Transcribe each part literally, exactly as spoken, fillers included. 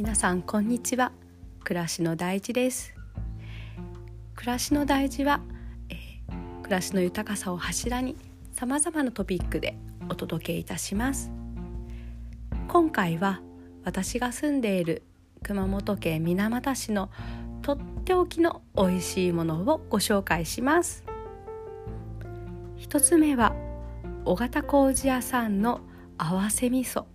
皆さんこんにちは。暮らしの大事です。暮らしの大事は、えー、暮らしの豊かさを柱にさまざまなトピックでお届けいたします。今回は私が住んでいる熊本県水俣市のとっておきのおいしいものをご紹介します。一つ目は尾形麹屋さんの合わせ味噌。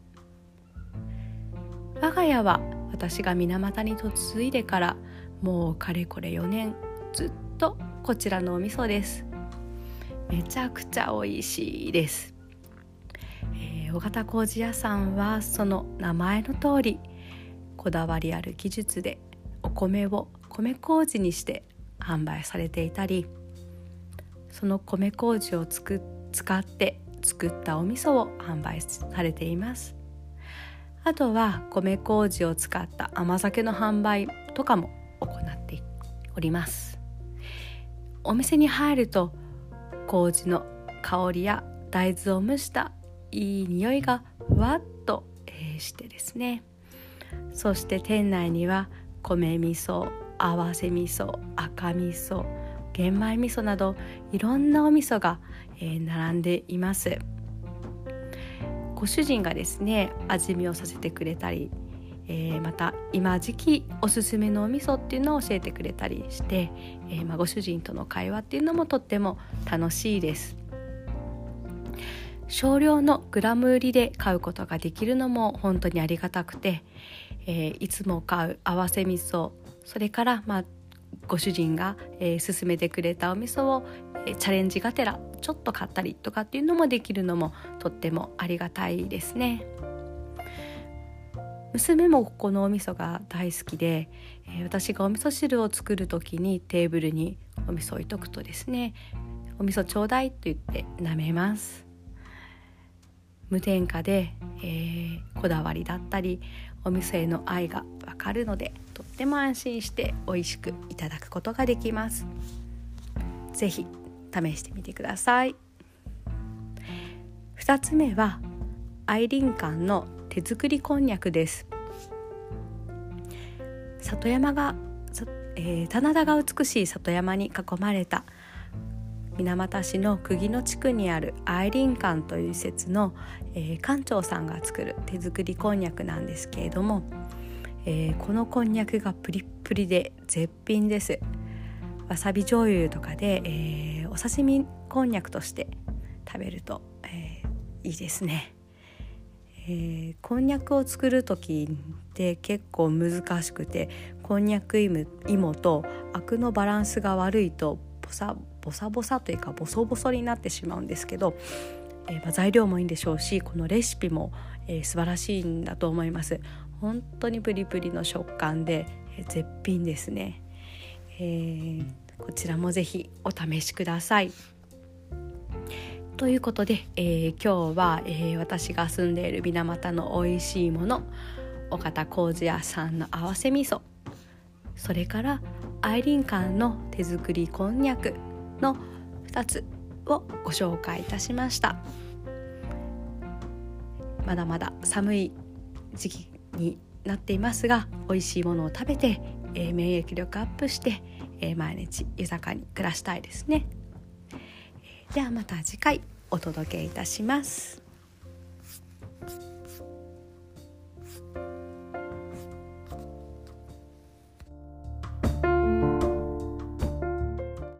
我が家は私が水俣に嫁いでからもうかれこれよねんずっとこちらのお味噌です。めちゃくちゃ美味しいです。えー、尾形麹屋さんはその名前の通りこだわりある技術でお米を米麹にして販売されていたり、その米麹をつく使って作ったお味噌を販売されています。あとは米麹を使った甘酒の販売とかも行っております。お店に入ると麹の香りや大豆を蒸したいい匂いがふわっとしてですね、そして店内には米味噌、合わせ味噌、赤味噌、玄米味噌などいろんなお味噌が並んでいます。ご主人がですね味見をさせてくれたり、えー、また今時期おすすめのお味噌っていうのを教えてくれたりして、えーまあ、ご主人との会話っていうのもとっても楽しいです。少量のグラム売りで買うことができるのも本当にありがたくて、えー、いつも買う合わせ味噌、それから、まあ、ご主人が、えー、勧めてくれたお味噌を、えー、チャレンジがてらちょっと買ったりとかっていうのもできるのもとってもありがたいですね。娘もこのお味噌が大好きで、えー、私がお味噌汁を作る時にテーブルにお味噌を置いとくとですね、お味噌ちょうだいと言って舐めます。無添加で、えー、こだわりだったりお味噌への愛がわかるので、とっても安心して美味しくいただくことができます。ぜひ試してみてください。ふたつめは愛林館の手作りこんにゃくです。里山が、えー、棚田が美しい里山に囲まれた水俣市の釘野地区にある愛林館という施設の、えー、館長さんが作る手作りこんにゃくなんですけれども、えー、このこんにゃくがプリップリで絶品です。わさび醤油とかで、えー、お刺身こんにゃくとして食べると、えー、いいですね。えー、こんにゃくを作る時って結構難しくて、こんにゃく芋とアクのバランスが悪いとボサボサボサというかボソボソになってしまうんですけど、えーまあ、材料もいいんでしょうし、このレシピも、えー、素晴らしいんだと思います。本当にプリプリの食感で、えー、絶品ですね。えー、こちらもぜひお試しください。ということで、えー、今日は、えー、私が住んでいる水俣の美味しいもの、尾形麹屋さんの合わせ味噌、それから愛林館の手作りこんにゃくのふたつをご紹介いたしました。まだまだ寒い時期になっていますが、美味しいものを食べて、えー、免疫力アップして、えー、毎日豊かに暮らしたいですね。ではまた次回お届けいたします。